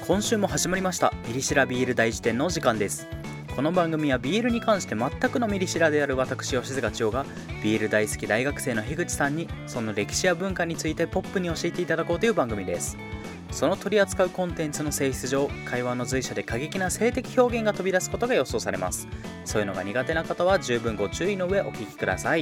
今週も始まりましたミリシラビール大辞典のお時間です。この番組はビールに関して全くのミリシラである私吉塚千代がビール大好き大学生の樋口さんにその歴史や文化についてポップに教えていただこうという番組です。その取り扱うコンテンツの性質上、会話の随所で過激な性的表現が飛び出すことが予想されます。そういうのが苦手な方は十分ご注意の上お聞きください。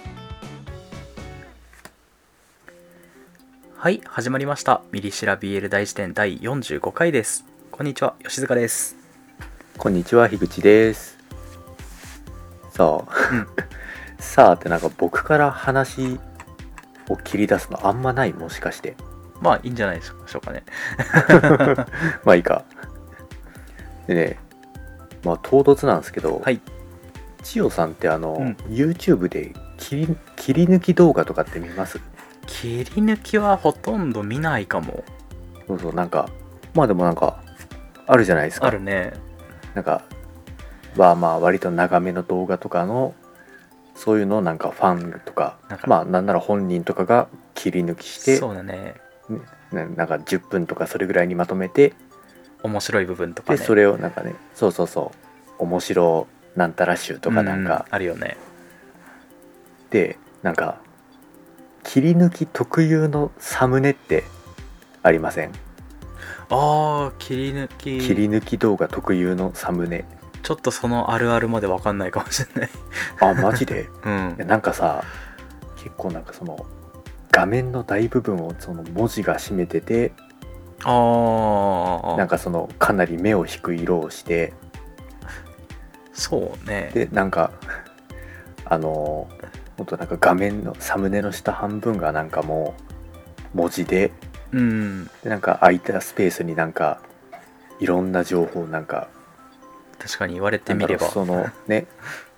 はい、始まりましたミリシラ BL 大辞典第45回です。こんにちは、吉塚です。 こんにちは、樋口です。さあ、さあってなんか僕から話を切り出すのあんまない？もしかして。 まあいいんじゃないでしょうかね。 まあいいか。でね、まあ唐突なんですけど、 はい。 千代さんってYouTube で切り抜き動画とかって見ます？ 切り抜きはほとんど見ないかも。 そうそう、なんかまあでもなんかあるじゃないですか。 あるね。 なんかまあ割と長めの動画とかのそういうのをなんかファンとかまあなんなら本人とかが切り抜きして、 そうだね。 なんか10分とかそれぐらいにまとめて、 面白い部分とかね。 でそれをなんかね、そう面白なんたら集とかなんか、 あるよね。 でなんか切り抜き特有のサムネってありません？ 切り抜き動画特有のサムネ。 ちょっとそのあるあるまで分かんないかもしれない。 マジで？いやなんかさ、結構なんかその画面の大部分をその文字が占めてて、なんかそのかなり目を引く色をして、 そうね。 でなんかほんとなんか画面のサムネの下半分がなんかもう文字で、でなんか空いたスペースになんかいろんな情報なんか、 確かに言われてみればそのね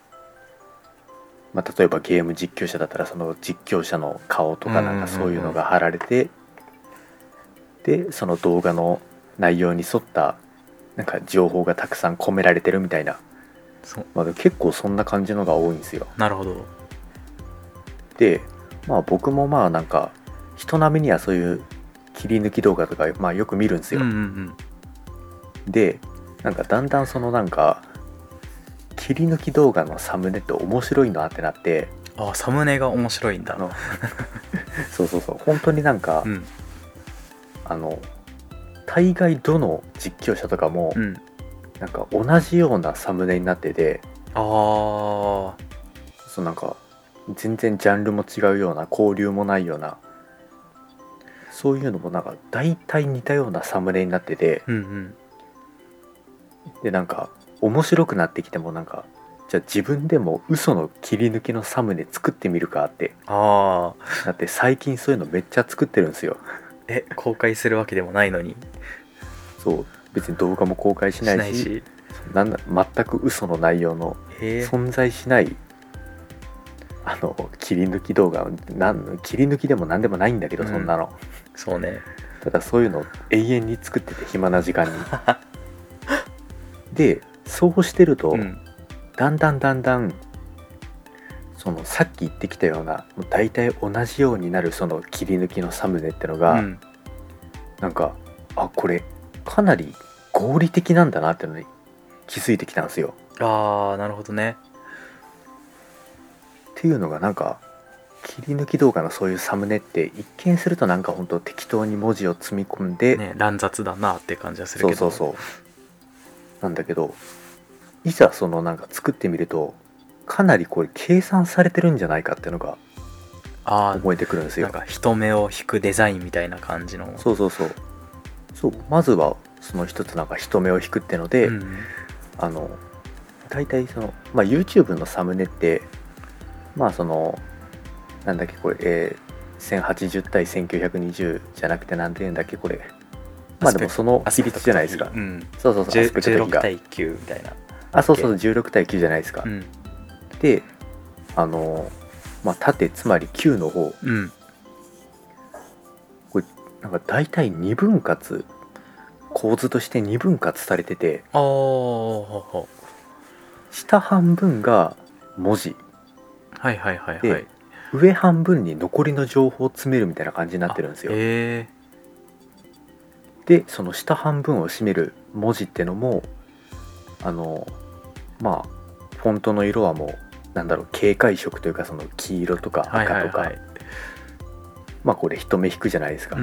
まあ、例えばゲーム実況者だったらその実況者の顔とかなんかそういうのが貼られて、でその動画の内容に沿ったなんか情報がたくさん込められてるみたいな、まあ、結構そんな感じのが多いんですよ。 なるほど。 でまあ僕もまあなんか人並みにはそういう切り抜き動画とかまあよく見るんですよ。でなんかだんだんそのなんか切り抜き動画のサムネって面白いなってなって。 サムネが面白いんだ。 そう本当になんか、大概どの実況者とかも、なんか同じようなサムネになってて、そうなんか全然ジャンルも違うような、交流もないような、そういうのもなんか大体似たようなサムネになってて、でなんか面白くなってきてもなんか、じゃあ自分でも嘘の切り抜きのサムネ作ってみるかって。だって最近そういうのめっちゃ作ってるんですよ。 公開するわけでもないのに。 そう別に動画も公開しないし全く嘘の内容の存在しない切り抜き動画、切り抜きでも何でもないんだけど、そんなの。 そうね。 ただそういうのを永遠に作ってて、暇な時間に。でそうしてると、だんだんそのさっき言ってきたような大体同じようになるその切り抜きのサムネってのが、なんかこれかなり合理的なんだなってのに気づいてきたんですよ。 なるほどね。 っていうのがなんか切り抜き動画のそういうサムネって一見するとなんかほんと適当に文字を積み込んで、 乱雑だなって感じはするけど、 そうなんだけど、いざそのなんか作ってみるとかなりこれ計算されてるんじゃないかっていうのが思えてくるんですよ。 なんか人目を引くデザインみたいな感じの。 そうまずはその一つなんか人目を引くってので、大体その、まあ、YouTube のサムネってまあそのなんだっけこれ、1080対1920じゃなくてなんて言うんだっけこれ、まあでもその比率じゃないですか。そう 16対9みたいな。 16対9じゃないですか。でまあ縦つまり9の方、これなんか大体2分割構図として2分割されてて、下半分が文字で上半分に残りの情報を詰めるみたいな感じになってるんですよ。 でその下半分を占める文字ってのもまあフォントの色はもうなんだろう、警戒色というか、その黄色とか赤とか、 はいはいはい、 まあこれ人目引くじゃないですか、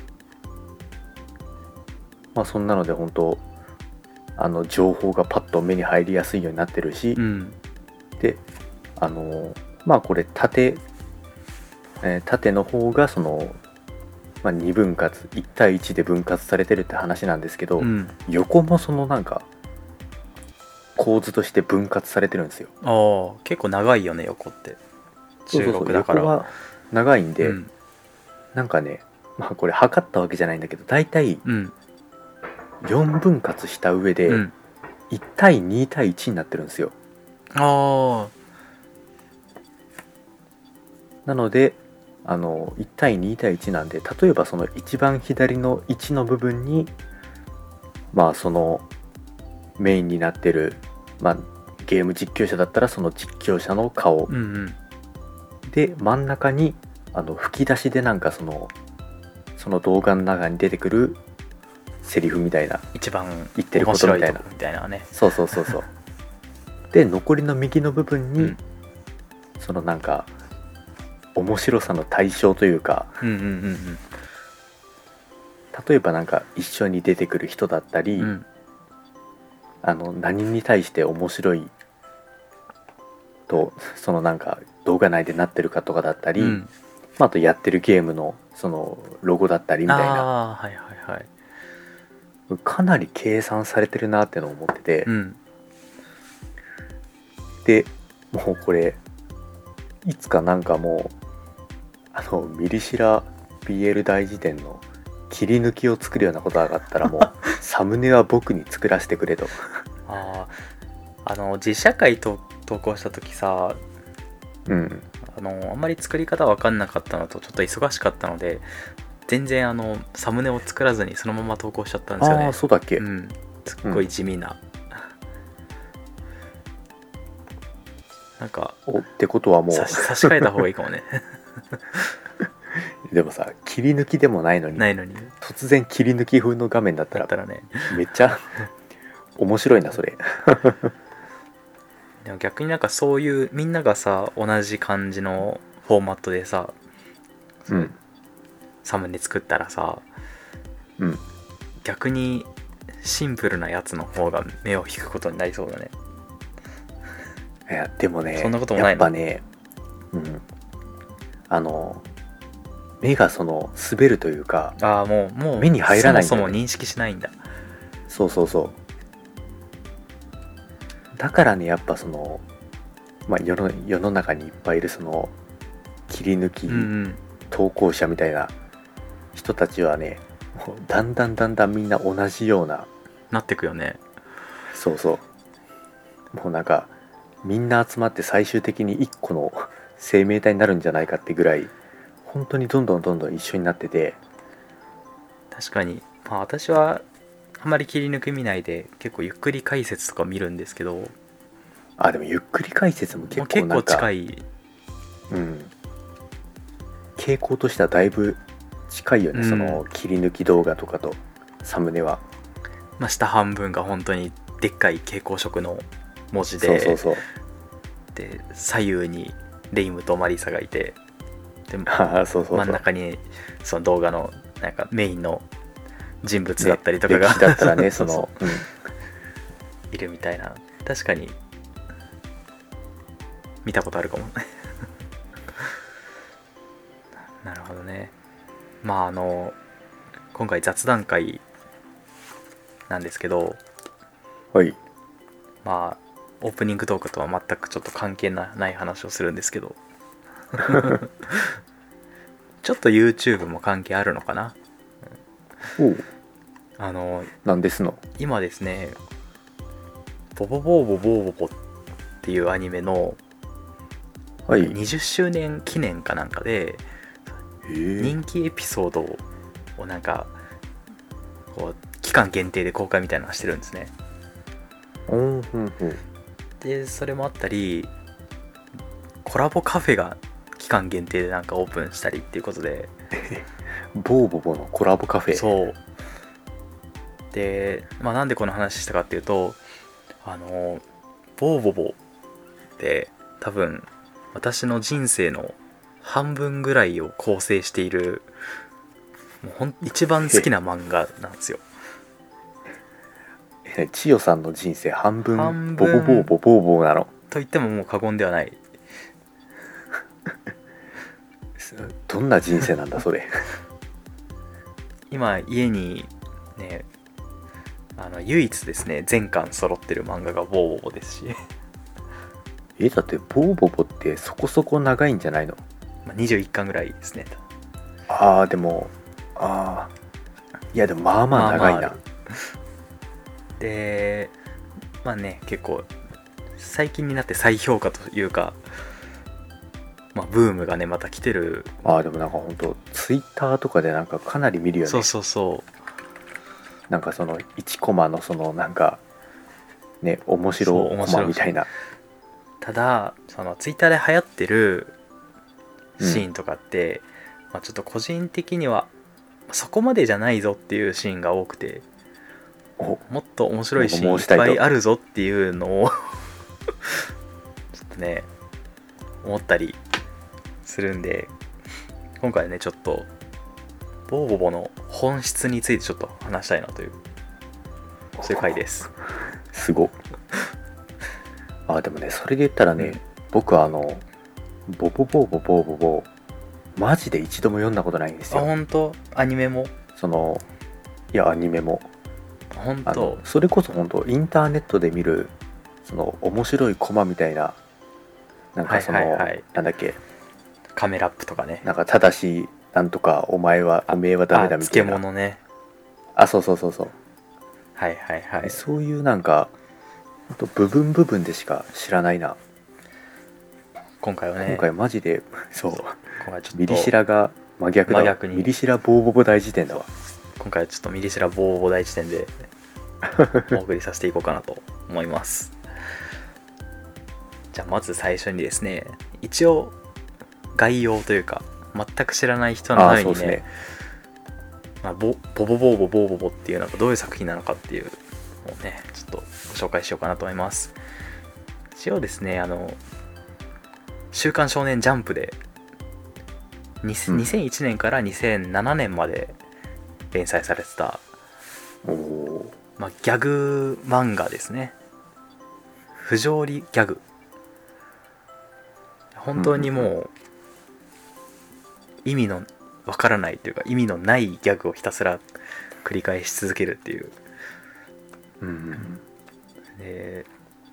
まあそんなので本当情報がパッと目に入りやすいようになってるし、でまあこれ縦の方がその、まあ、2分割1対1で分割されてるって話なんですけど、横もそのなんか構図として分割されてるんですよ。 ああ、結構長いよね横って。中国だから。 横は長いんで、なんかね、まあこれ測ったわけじゃないんだけど、だいたい4分割した上で1対2対1になってるんですよ。 ああ。 なので1対2対1なんで、例えばその一番左の1の部分にまあそのメインになってる、まあ、ゲーム実況者だったらその実況者の顔、で真ん中に吹き出しでなんかその動画の中に出てくるセリフみたいな、 一番言ってることみたいな、 みたいなね。 そうで残りの右の部分に、そのなんか面白さの対象というか、例えばなんか一緒に出てくる人だったり、何に対して面白いとそのなんか動画内でなってるかとかだったり、あとやってるゲームのそのロゴだったりみたいな、かなり計算されてるなってのを思ってて、でもうこれいつかなんかもうミリシラ BL 大辞典の切り抜きを作るようなことがあったらもうサムネは僕に作らせてくれと。 実写会投稿した時さ、あんまり作り方分かんなかったのとちょっと忙しかったので、全然サムネを作らずにそのまま投稿しちゃったんですよね。 そうだっけ。 すっごい地味な、なんかってことはもう差し替えた方がいいかもね。 でもさ、切り抜きでもないのに突然切り抜き風の画面だったらね、 めっちゃ面白いなそれ。 でも逆になんかそういうみんながさ同じ感じのフォーマットでさ、サムネ作ったらさ、逆にシンプルなやつの方が目を引くことになりそうだね。 いやでもね、 そんなこともないの？ やっぱね、目がその滑るというか、 もう目に入らないんだよね。 そもそも認識しないんだ。 そうだからね、やっぱその、まあ、世の中にいっぱいいるその切り抜き投稿者みたいな人たちはね、もうだんだんみんな同じようなってくよね。 もうなんかみんな集まって最終的に一個の生命体になるんじゃないかってぐらい本当にどんどん一緒になってて。 確かに、私はあまり切り抜き見ないで結構ゆっくり解説とか見るんですけど、 でもゆっくり解説も結構なんか近い、 傾向としてはだいぶ近いよね、その切り抜き動画とかとサムネは。 下半分が本当にでっかい蛍光色の文字で、で左右にレイムとマリサがいて、で真ん中にその動画のなんかメインの人物だったりとかが、 歴史だったらねいるみたいな。確かに見たことあるかも。なるほどね。今回雑談会なんですけど、オープニングトークとは全くちょっと関係ない話をするんですけどちょっと YouTube も関係あるのかな。 なんですの。 今ですね、ボボボーボボーボボっていうアニメの20周年記念かなんかで人気エピソードをなんかこう期間限定で公開みたいなのしてるんですね。でそれもあったり、コラボカフェが期間限定でなんかオープンしたりっていうことで、 ボーボボのコラボカフェ。 そうで、なんでこの話したかっていうと、ボーボボって多分私の人生の半分ぐらいを構成している、もう一番好きな漫画なんですよ。 千代さんの人生半分ボボボーボボーボーなのと言ってももう過言ではない。 どんな人生なんだそれ。 今家にね、唯一ですね全巻揃ってる漫画がボーボボですしだってボーボボってそこそこ長いんじゃないの ？21巻ぐらいですね。 でもいやでもまあまあ長いな。 で結構最近になって再評価というか、ブームがねまた来てる。 でもなんかほんとツイッターとかでなんかかなり見るよね。 そうなんかその1コマのそのなんかね面白コマみたいな。 ただそのツイッターで流行ってるシーンとかって、ちょっと個人的にはそこまでじゃないぞっていうシーンが多くて、もっと面白いシーンいっぱいあるぞっていうのをちょっとね思ったりするんで、今回ねちょっとボーボボの本質についてちょっと話したいなという、そういう回です。 すごっ。でもねそれで言ったらね、僕ボボボーボボーボボマジで一度も読んだことないんですよ。 本当？アニメも？ いやアニメも。 本当？ それこそ本当インターネットで見るその面白いコマみたいな、なんかなんだっけ、 カメラップとかね、 なんかただしなんとかお前はダメだみたいな漬物ね。 そうはいそういうなんか部分でしか知らないな。 今回マジで今回ちょっとミリシラが真逆にミリシラボーボボ大辞典だわ。 今回はちょっとミリシラボーボボ大辞典でお送りさせていこうかなと思います。じゃあまず最初にですね、一応概要というか全く知らない人のためにね、ボボボーボボーボボっていうのがどういう作品なのかっていうのをねちょっとご紹介しようかなと思います。一応ですね週刊少年ジャンプで2001年から2007年まで連載されてた、ギャグ漫画ですね。不条理ギャグ。本当にもう意味のわからないというか意味のないギャグをひたすら繰り返し続けるっていう、で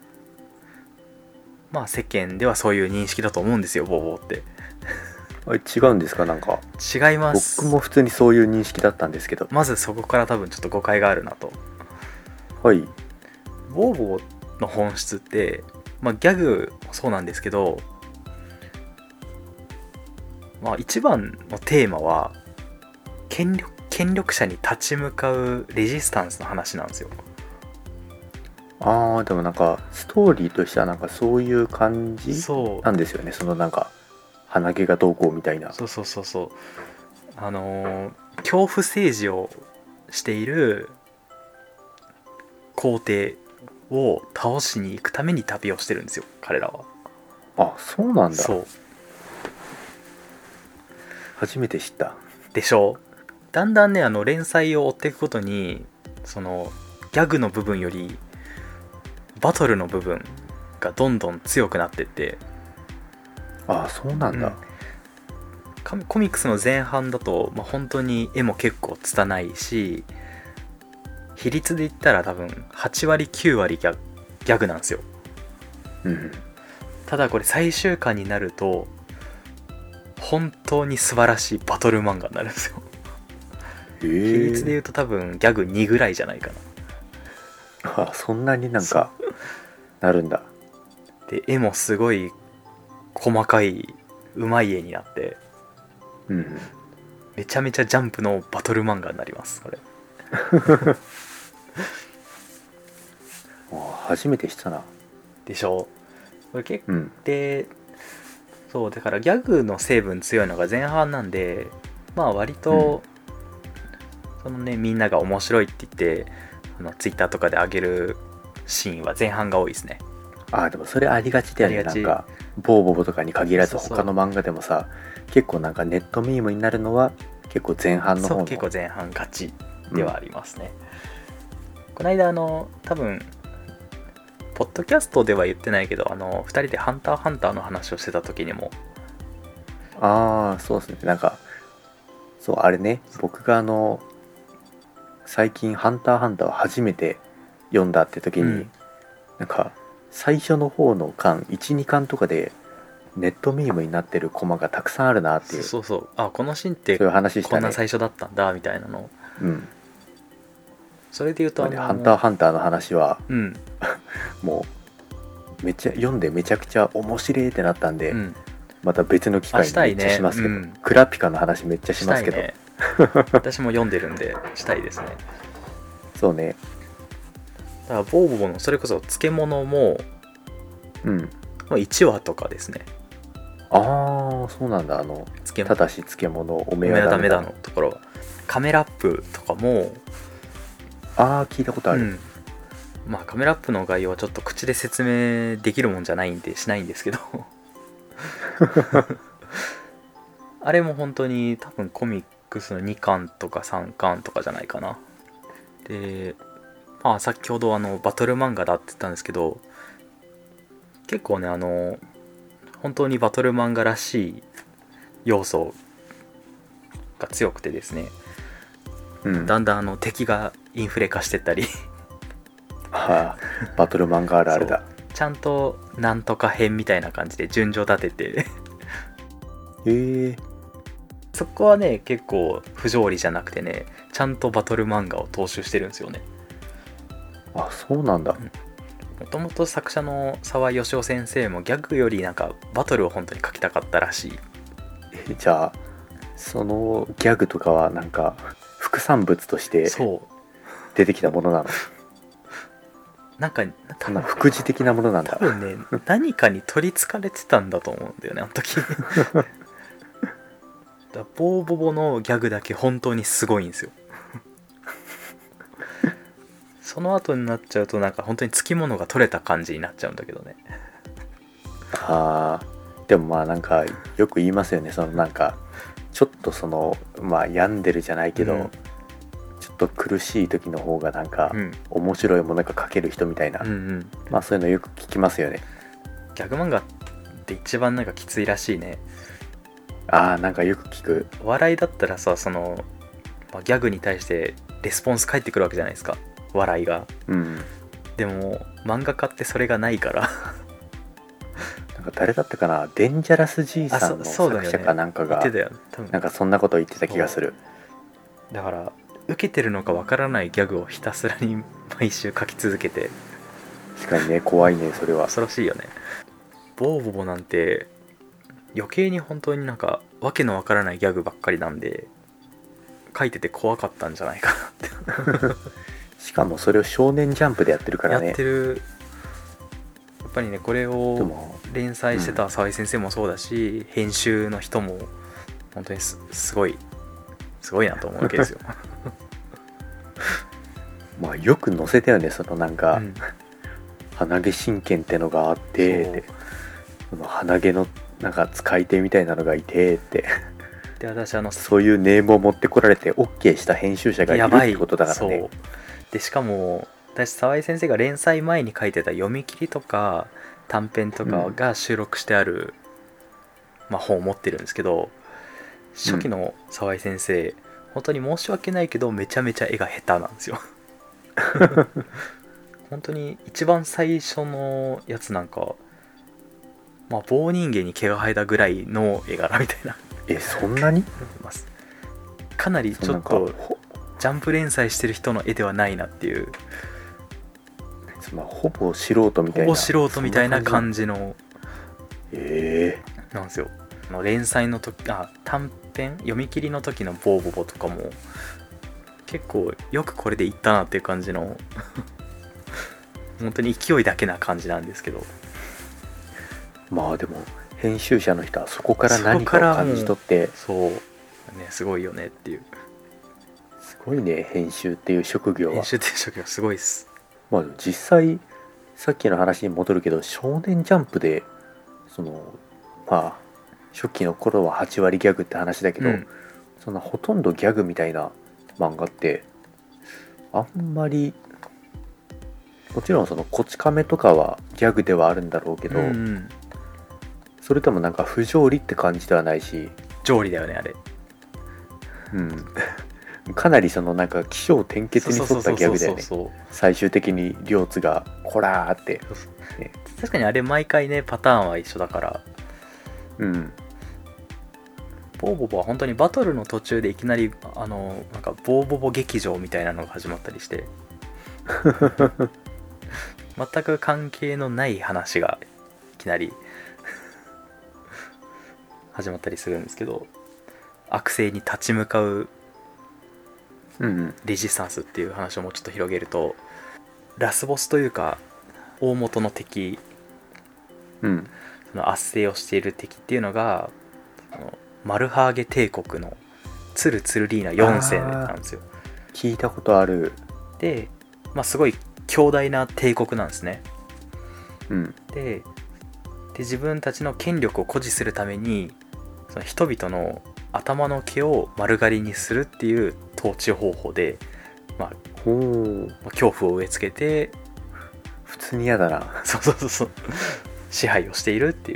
世間ではそういう認識だと思うんですよ、ボーボーって。 違うんですか？なんか違います。 僕も普通にそういう認識だったんですけど。 まずそこから多分ちょっと誤解があるなと。 はい。 ボーボーの本質って、ギャグもそうなんですけど、一番のテーマは権力者に立ち向かうレジスタンスの話なんですよ。 でもなんかストーリーとしてはなんかそういう感じなんですよね。そのなんか鼻毛がどうこうみたいな。 そう恐怖政治をしている皇帝を倒しに行くために旅をしてるんですよ、彼らは。 そうなんだ。 そう、 初めて知ったでしょ。だんだんね連載を追っていくことにそのギャグの部分よりバトルの部分がどんどん強くなってって、 そうなんだ、 コミックスの前半だと、本当に絵も結構拙いし、比率で言ったら多分8割9割ギャグなんですよ、ただこれ最終巻になると本当に素晴らしいバトル漫画になるんですよ。比率で言うと多分ギャグ2ぐらいじゃないかな。 そんなになんかなるんだ。 で絵もすごい細かいうまい絵になって、めちゃめちゃジャンプのバトル漫画になりますこれ。 初めて知ったな。 でしょ。これ結構、でそうだからギャグの成分強いのが前半なんで、割と、そのねみんなが面白いって言ってツイッターとかで上げるシーンは前半が多いですね。 でもそれありがちだよね。なんかボーボボとかに限らず他の漫画でもさ、結構なんかネットミームになるのは結構前半の方の、 結構前半勝ちではありますね。この間多分ポッドキャストでは言ってないけど2人でハンターハンターの話をしてた時にもそうですね。なんかそうあれね、僕が最近ハンターハンターを初めて読んだって時に、なんか最初の方の巻 1,2 巻とかでネットミームになってるコマがたくさんあるなっていう。 そうこのシーンってそういう話したね。 こんな最初だったんだみたいなの。それで言うとハンターハンターの話は、もうめっちゃ読んでめちゃくちゃ面白いってなったんで、また別の機会にめっちゃしますけど、クラピカの話めっちゃしますけど、 私も読んでるんでしたいですね。 そうね。 だからボーボボのそれこそ漬物も1話とかですね。 そうなんだ。ただし漬物おめはダメだのところ、カメラップとかも聞いたことある。 カメラップの概要はちょっと口で説明できるもんじゃないんでしないんですけどあれも本当に多分コミックスの2巻とか3巻とかじゃないかな。で先ほどバトル漫画だって言ったんですけど、結構ね本当にバトル漫画らしい要素が強くてですね、だんだん敵がインフレ化してったりバトル漫画あるあるだ。 ちゃんとなんとか編みたいな感じで順序立ててそこはね結構不条理じゃなくてね、ちゃんとバトル漫画を踏襲してるんですよね。 そうなんだ。 もともと作者の沢義夫先生もギャグよりなんかバトルを本当に書きたかったらしい。 じゃあそのギャグとかはなんか副産物として出てきたものなの？ なんか副次的なものなんだ。 多分ね何かに取りつかれてたんだと思うんだよね、あの時ボーボボのギャグだけ本当にすごいんですよその後になっちゃうとなんか本当につきものが取れた感じになっちゃうんだけどね。 でもなんかよく言いますよね。なんかちょっと病んでるじゃないけど、ちょっと苦しい時の方がなんか面白いものが描ける人みたいな、そういうのよく聞きますよね。 ギャグ漫画って一番なんかきついらしいね。 なんかよく聞く。 笑いだったらさギャグに対してレスポンス返ってくるわけじゃないですか、笑いが。でも漫画家ってそれがないからなんか誰だったかな、デンジャラス G さんの作者かなんかがなんかそんなこと言ってた気がする。 だから受けてるのかわからないギャグをひたすらに毎週書き続けて。 確かにね、怖いねそれは。 恐ろしいよね。ボーボボなんて余計に本当になんかわけのわからないギャグばっかりなんで、書いてて怖かったんじゃないかなってしかもそれを少年ジャンプでやってるからね。 やってる。やっぱりねこれを連載してた沢井先生もそうだし、編集の人も本当にすごいなと思うわけですよよく載せたよね。なんか、鼻毛神剣ってのがあって鼻毛のなんか使い手みたいなのがいてってで私そういうネームを持ってこられて OK した編集者がいるってことだからね。 でしかも私沢井先生が連載前に書いてた読み切りとか短編とかが収録してある、本を持ってるんですけど、初期の沢井先生、本当に申し訳ないけどめちゃめちゃ絵が下手なんですよ本当に一番最初のやつなんか棒人間に毛が生えたぐらいの絵柄みたいな。 そんなに？ かなりちょっとジャンプ連載してる人の絵ではないなっていう、 ほぼ素人みたいな。 ほぼ素人みたいな感じのなんですよ。連載の時短編読み切りの時のボーボボとかも結構よくこれでいったなっていう感じの本当に勢いだけな感じなんですけど、 でも編集者の人はそこから何かを感じ取って、 そうね、すごいよねっていう。 すごいね、編集っていう職業は。 編集っていう職業すごいっす。 まあ実際さっきの話に戻るけど、少年ジャンプでそのまあ初期の頃は8割ギャグって話だけど、そんなほとんどギャグみたいな漫画ってあんまり、もちろんそのこち亀とかはギャグではあるんだろうけど、それともなんか不条理って感じではないし、 条理だよねあれ。 かなりそのなんか起承転結に沿ったギャグだよね。最終的に両津がこらーって、 ね、確かにあれ毎回ねパターンは一緒だから。ボーボボは本当にバトルの途中でいきなりなんかボーボボ劇場みたいなのが始まったりして全く関係のない話がいきなり始まったりするんですけど、悪性に立ち向かうレジスタンスっていう話をもうちょっと広げると、ラスボスというか大元の敵、その圧政をしている敵っていうのがマルハーゲ帝国のツルツルリーナ4世なんですよ。 聞いたことある。 で、すごい強大な帝国なんですね。で自分たちの権力を誇示するためにその人々の頭の毛を丸刈りにするっていう統治方法で、恐怖を植え付けて、 普通に嫌だな。 そう支配をしているっていう。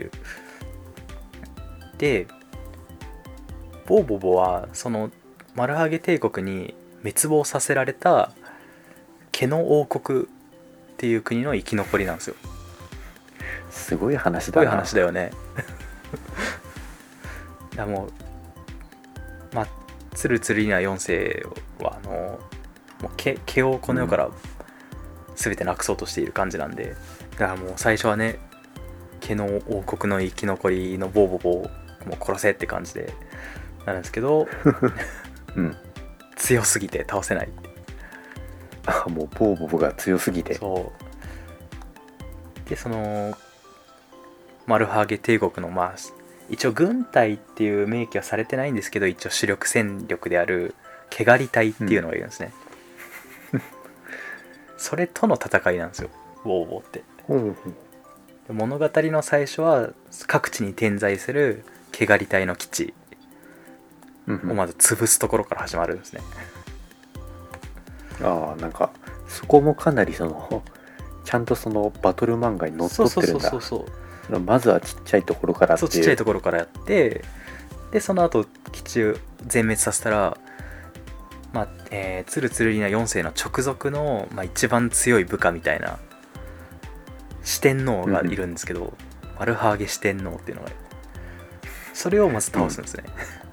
でボーボボはそのマルハゲ帝国に滅亡させられた毛の王国っていう国の生き残りなんですよ。 すごい話だな。 すごい話だよねだもうツルツルリーナ4世はもう毛をこの世から全てなくそうとしている感じなんで、だからもう最初はね、毛の王国の生き残りのボーボボをもう殺せって感じでなるんですけど、強すぎて倒せないって。 もうボーボボが強すぎて。 でそのマルハーゲ帝国の一応軍隊っていう明記はされてないんですけど、一応主力戦力である毛刈り隊っていうのがいるんですね。それとの戦いなんですよ、ウォーボーって。物語の最初は各地に点在する毛刈り隊の基地をまず潰すところから始まるんですね。 なんかそこもかなりちゃんとそのバトル漫画にのっとってるんだ。まずはちっちゃいところからっていう。 ちっちゃいところからやって、でその後基地を全滅させたら、ツルツルリーナ4世の直属の、一番強い部下みたいな四天王がいるんですけど、マルハーゲ四天王っていうのが、それをまず倒すんですね。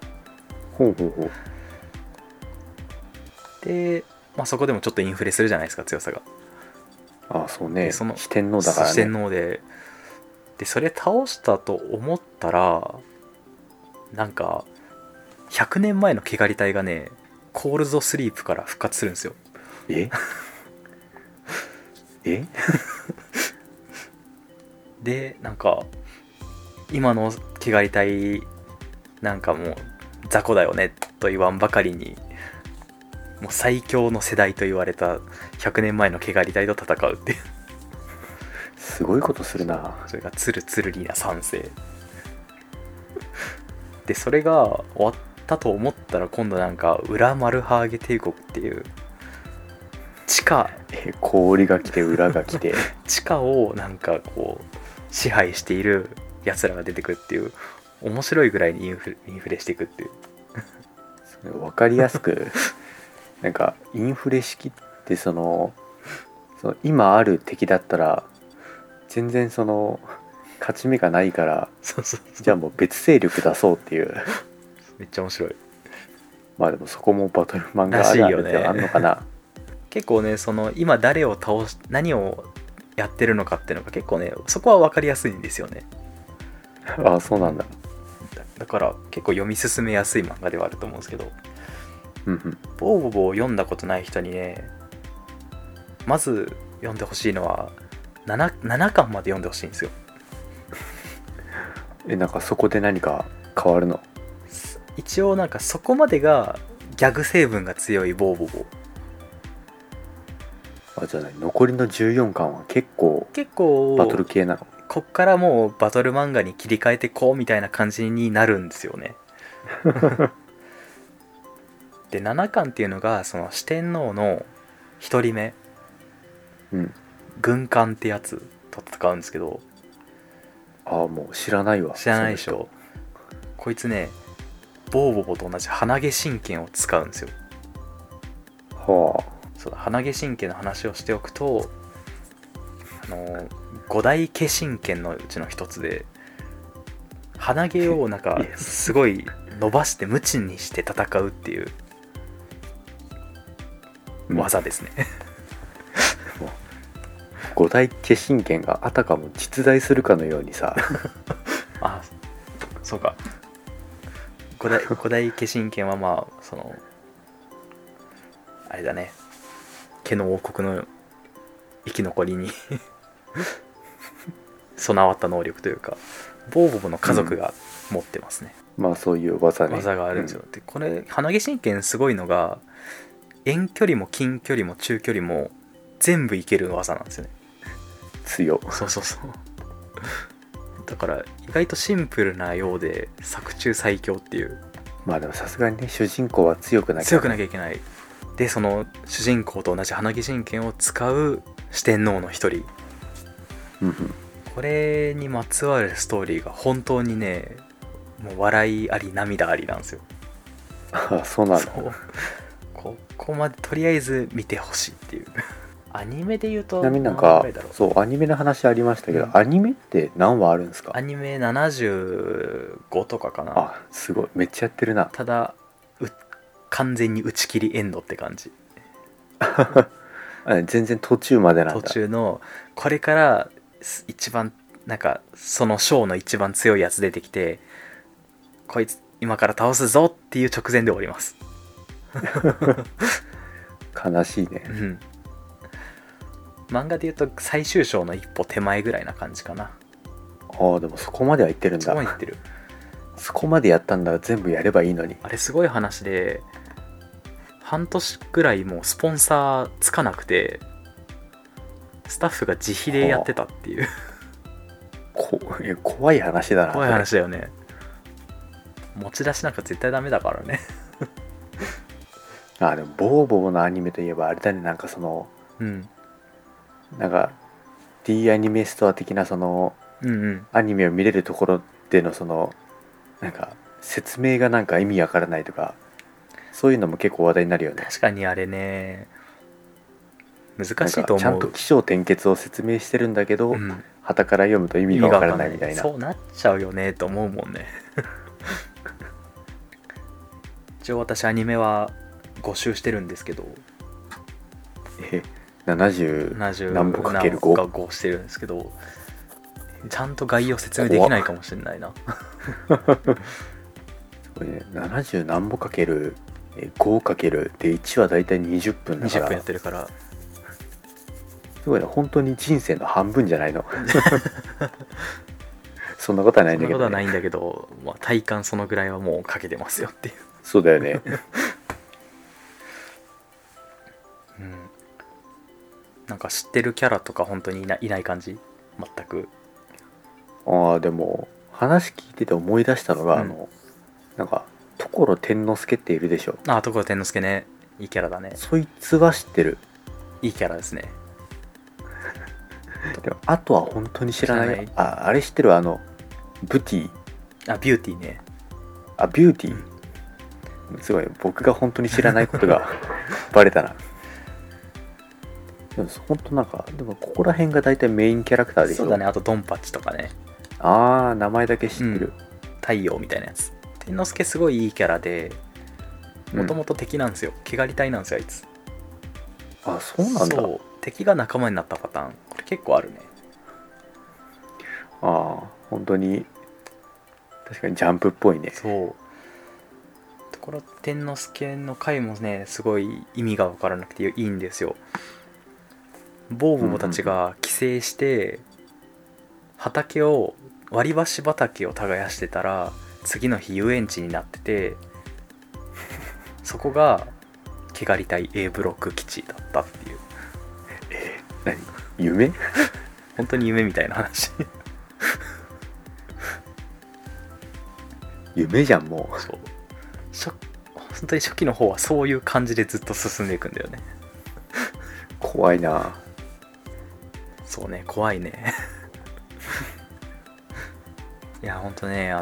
で、そこでもちょっとインフレするじゃないですか、強さが。 そうね。その四天王だからね。 四天王でそれ倒したと思ったら、なんか100年前の毛刈り隊がね、コールドスリープから復活するんですよ。でなんか今の毛刈り隊なんかもう雑魚だよねと言わんばかりに、もう最強の世代と言われた100年前の毛刈り隊と戦うっていう。 すごいことするな。 それがツルツルリーナ3世で、それが終わったと思ったら、今度なんか裏マルハーゲ帝国っていう地下、 氷が来て裏が来て地下をなんかこう支配しているやつらが出てくるっていう、面白いぐらいにインフレしていくっていう。 分かりやすくなんかインフレ式ってその今ある敵だったら全然勝ち目がないから、じゃあもう別勢力出そうっていう。 めっちゃ面白い。 でもそこもバトル漫画あるあるではあんのかな。 結構ね、今誰を何をやってるのかっていうのが結構ね、そこは分かりやすいんですよね。 そうなんだ。 だから結構読み進めやすい漫画ではあると思うんですけど、ボーボボを読んだことない人にね、まず読んでほしいのは7巻まで読んでほしいんですよ。 なんかそこで何か変わるの？ 一応なんかそこまでがギャグ成分が強いボーボボ。 じゃあ残りの14巻は結構バトル系なの？ こっからもうバトル漫画に切り替えてこうみたいな感じになるんですよね。で7巻っていうのがその四天王の1人目、軍艦ってやつと戦うんですけど。 もう知らないわ。 知らないでしょ。こいつねボーボボと同じ鼻毛神剣を使うんですよ。そうだ、鼻毛神剣の話をしておくと、五大化神剣のうちの一つで、鼻毛をなんかすごい伸ばして無知にして戦うっていう技ですね。 五大化身剣があたかも実在するかのようにさ。 あ、そうか。五大化身剣はまあそのあれだね、毛の王国の生き残りに備わった能力というか、ボーボボの家族が持ってますね。 まあそういう技ね。 技があるんですよ。でこれ鼻毛神剣すごいのが、遠距離も近距離も中距離も全部いける技なんですよね。 強。 そうそうそう。だから意外とシンプルなようで作中最強っていう。 まあでもさすがにね、主人公は強くなきゃいけない。でその主人公と同じ鼻毛神剣を使う四天王の一人、これにまつわるストーリーが本当にね、もう笑いあり涙ありなんですよ。 そうなんだ。 ここまでとりあえず見てほしいっていう。アニメで言うとちなみになんかそうアニメの話ありましたけど、アニメって何話あるんですか？ アニメ75とかかな。 すごい、めっちゃやってるな。 ただ完全に打ち切りエンドって感じ。 全然途中までなんだ。 途中のこれから一番なんかそのショーの一番強いやつ出てきて、こいつ今から倒すぞっていう直前で終わります。 悲しいね。 漫画で言うと最終章の一歩手前ぐらいな感じかな。 でもそこまでは行ってるんだ。 そこまで行ってる。 そこまでやったんだら全部やればいいのに。 あれすごい話で、半年ぐらいもうスポンサーつかなくて、スタッフが自費でやってたっていう。 怖い話だな。 怖い話だよね。持ち出しなんか絶対ダメだからね。 でもボーボーのアニメといえばあれだね、なんかそのなんか D アニメストア的なその、アニメを見れるところでのそのなんか説明がなんか意味わからないとか、そういうのも結構話題になるよね。 確かにあれね、難しいと思う。 ちゃんと起承転結を説明してるんだけど、傍から読むと意味がわからないみたいな。 そうなっちゃうよねと思うもんね。一応私アニメは5周してるんですけど、 70何歩かける 5 してるんですけど、ちゃんと概要説明できないかもしれないな。 70何歩かける5かけるで1はだいたい20分だから、 20分やってるから、 すごいね。本当に人生の半分じゃないの。そんなことはないんだけど、ね、 そんなことはないんだけど、体感そのぐらいはもうかけてますよっていう。 そうだよね。 なんか知ってるキャラとか本当にいない感じ？全く。 でも話聞いてて思い出したのが、なんか所天之助っているでしょ。 所天之助ね、いいキャラだね。 そいつは知ってる。 いいキャラですね。 でもあとは本当に知らない。あれ知ってる？ブティ。 ビューティーね。 ビューティー。すごい、僕が本当に知らないことがバレたな。でも本当なんか、でもここら辺が大体メインキャラクターでしょ。 そうだね。あとドンパッチとかね。 名前だけ知ってる。 太陽みたいなやつ。天之助すごいいいキャラで、もともと敵なんですよ。毛刈り隊なんですよ、あいつ。 そうなんだ。 そう、敵が仲間になったパターン、これ結構あるね。 本当に確かにジャンプっぽいね。 そう。所天之助の回もね、すごい意味が分からなくていいんですよ。ボーボボたちが帰省して割り箸畑を耕してたら、次の日遊園地になってて、 そこが毛刈り隊 A ブロック基地だったっていう。 何夢本当に夢みたいな話夢じゃんもう。 そう本当に初期の方はそういう感じでずっと進んでいくんだよね。 怖いな。 そうね、怖いねいや本当ね、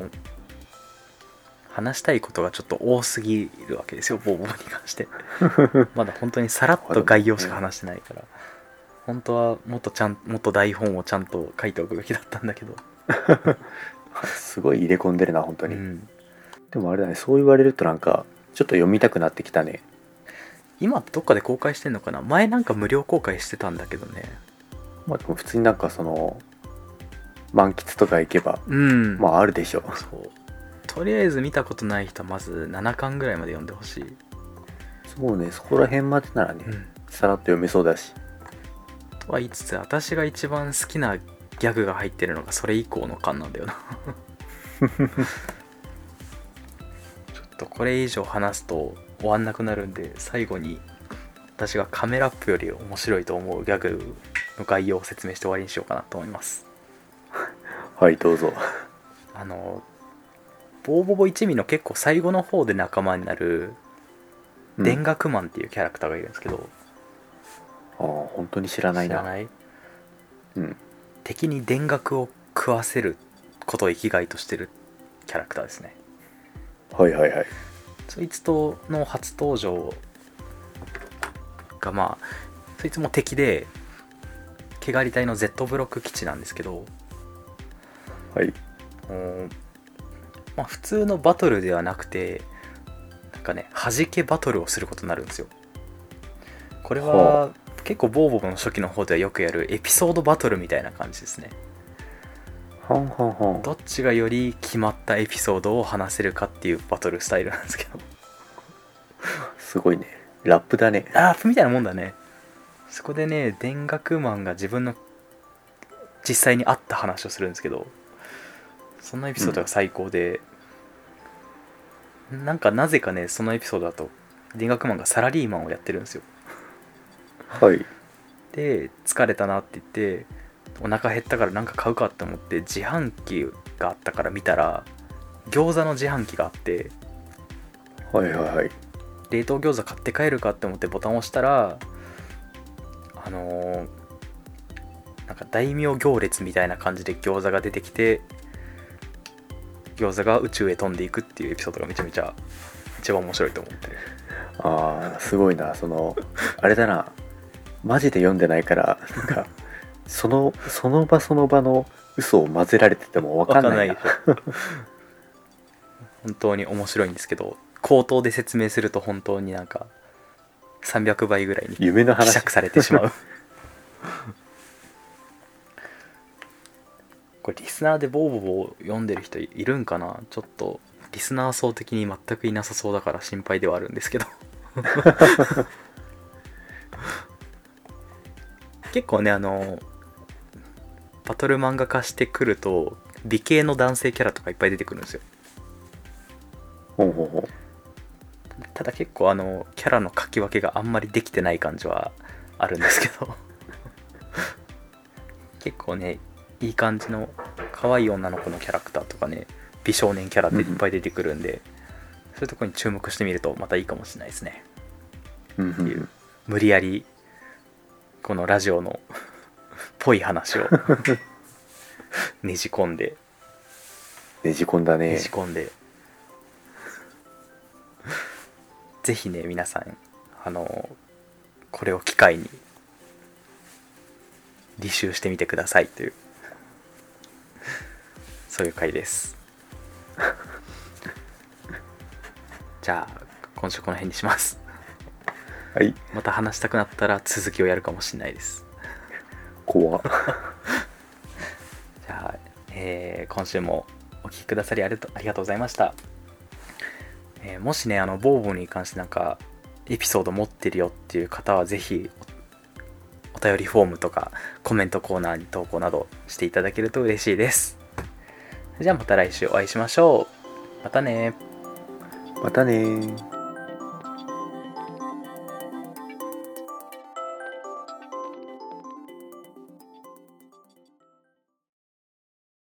話したいことがちょっと多すぎるわけですよ、ボーボーに関してまだ本当にさらっと概要しか話してないから、本当はもっと台本をちゃんと書いておくべきだったんだけどすごい入れ込んでるな本当に、でもあれだね、そう言われるとなんかちょっと読みたくなってきたね。 今どっかで公開してんのかな。前なんか無料公開してたんだけどね。 まあでも普通になんかその満喫とか行けば、まああるでしょ。 そうとりあえず見たことない人はまず7巻ぐらいまで読んでほしい。 そうね、そこら辺までならね、さらっと読めそうだし。 とは言いつつ、私が一番好きなギャグが入ってるのがそれ以降の巻なんだよなちょっとこれ以上話すと終わんなくなるんで、最後に私がカメラップより面白いと思うギャグの概要を説明して終わりにしようかなと思います。 はいどうぞ。 ボーボボ一味の結構最後の方で仲間になる田楽マンっていうキャラクターがいるんですけど、 本当に知らないな。 知らない？敵に田楽を食わせることを生きがいとしてるキャラクターですね。 はいはいはい。 そいつとの初登場が、まあそいつも敵で毛刈り隊の Z ブロック基地なんですけど、 はい。 まあ普通のバトルではなくて、なんかね、弾けバトルをすることになるんですよ。これは結構ボーボボの初期の方ではよくやるエピソードバトルみたいな感じですね。どっちがより決まったエピソードを話せるかっていうバトルスタイルなんですけどすごいね、ラップだね。 ラップみたいなもんだね。そこでね、田楽マンが自分の実際にあった話をするんですけど、そのエピソードが最高で、なんかなぜかね、そのエピソードだと田楽マンがサラリーマンをやってるんですよ。 はい。 で疲れたなって言ってお腹減ったからなんか買うかって思って自販機があったから見たら餃子の自販機があって、 はいはいはい。 冷凍餃子買って帰るかって思ってボタンを押したらなんか大名行列みたいな感じで餃子が出てきて、餃子が宇宙へ飛んでいくっていうエピソードがめちゃめちゃ一番面白いと思ってる。 すごいな。あれだな、マジで読んでないからなんかその場その場の嘘を混ぜられてても分かんないな。 本当に面白いんですけど、口頭で説明すると本当になんか300倍ぐらいに夢の話希釈されてしまうこれリスナーでボーボーボー読んでる人いるんかな。ちょっとリスナー層的に全くいなさそうだから心配ではあるんですけど結構ね、バトル漫画化してくると美形の男性キャラとかいっぱい出てくるんですよ。ただ結構キャラの書き分けがあんまりできてない感じはあるんですけど結構ね、いい感じの可愛い女の子のキャラクターとかね、美少年キャラっていっぱい出てくるんで、そういうところに注目してみるとまたいいかもしれないですね。っていう無理やりこのラジオのぽい話をねじ込んでねじ込んだね。 ねじ込んでぜひね皆さんこれを機会に履修してみてくださいという、そういう回ですじゃあ今週この辺にしますはい。 また話したくなったら続きをやるかもしれないです。 怖っじゃあ、今週もお聞きくださりありがとうございました。もしねボーボーに関してなんかエピソード持ってるよっていう方はぜひお便りフォームとかコメントコーナーに投稿などしていただけると嬉しいです。じゃあまた来週お会いしましょう。またね。 またね。